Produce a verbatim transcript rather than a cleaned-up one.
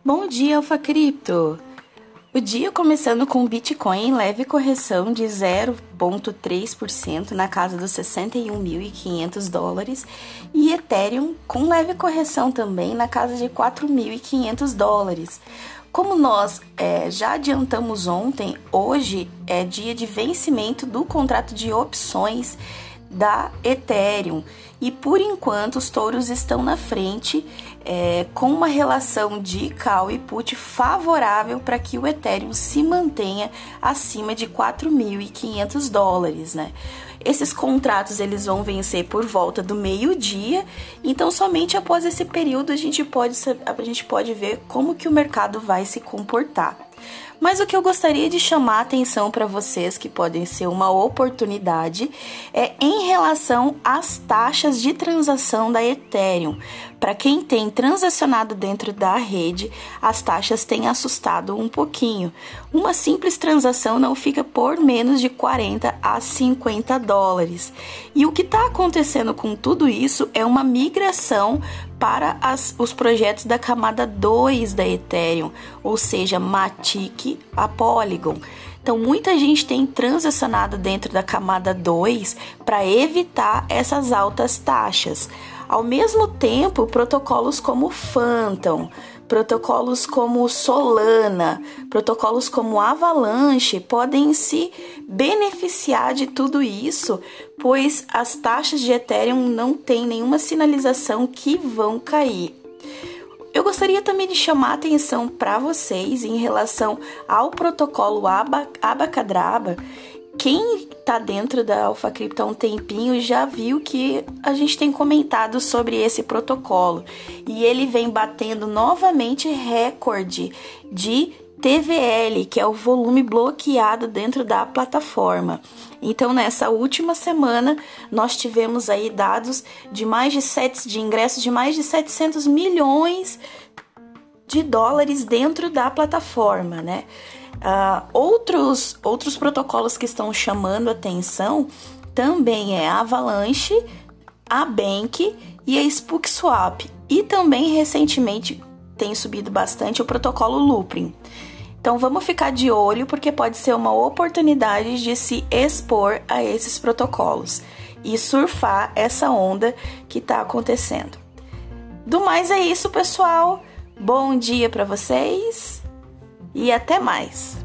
Bom dia, Alfa Cripto! O dia começando com Bitcoin em leve correção de zero vírgula três por cento na casa dos sessenta e um mil e quinhentos dólares e Ethereum com leve correção também na casa de quatro mil e quinhentos dólares. Como nós é, já adiantamos ontem, hoje é dia de vencimento do contrato de opções da Ethereum e por enquanto os touros estão na frente é, com uma relação de call e put favorável para que o Ethereum se mantenha acima de quatro mil e quinhentos dólares, né? Esses contratos eles vão vencer por volta do meio-dia, então somente após esse período a gente pode, a gente pode ver como que o mercado vai se comportar. Mas o que eu gostaria de chamar a atenção para vocês, que podem ser uma oportunidade, é em relação às taxas de transação da Ethereum. Para quem tem transacionado dentro da rede, as taxas têm assustado um pouquinho. Uma simples transação não fica por menos de quarenta a cinquenta dólares. E o que está acontecendo com tudo isso é uma migração para as, os projetos da camada dois da Ethereum, ou seja, Matic, a Polygon. Então, muita gente tem transacionado dentro da camada dois para evitar essas altas taxas. Ao mesmo tempo, protocolos como Phantom, protocolos como Solana, protocolos como Avalanche podem se beneficiar de tudo isso, pois as taxas de Ethereum não têm nenhuma sinalização que vão cair. Eu gostaria também de chamar a atenção para vocês em relação ao protocolo Abacadraba. Quem está dentro da Alfa Cripto há um tempinho já viu que a gente tem comentado sobre esse protocolo e ele vem batendo novamente recorde de T V L, que é o volume bloqueado dentro da plataforma. Então, nessa última semana, nós tivemos aí dados de mais de sete, de ingressos de mais de setecentos milhões de dólares dentro da plataforma, né? Uh, outros, outros protocolos que estão chamando atenção também é a Avalanche, a Bank e a SpookSwap. E também, recentemente, tem subido bastante o protocolo Loopring. Então, vamos ficar de olho, porque pode ser uma oportunidade de se expor a esses protocolos e surfar essa onda que está acontecendo. Do mais é isso, pessoal. Bom dia para vocês e até mais!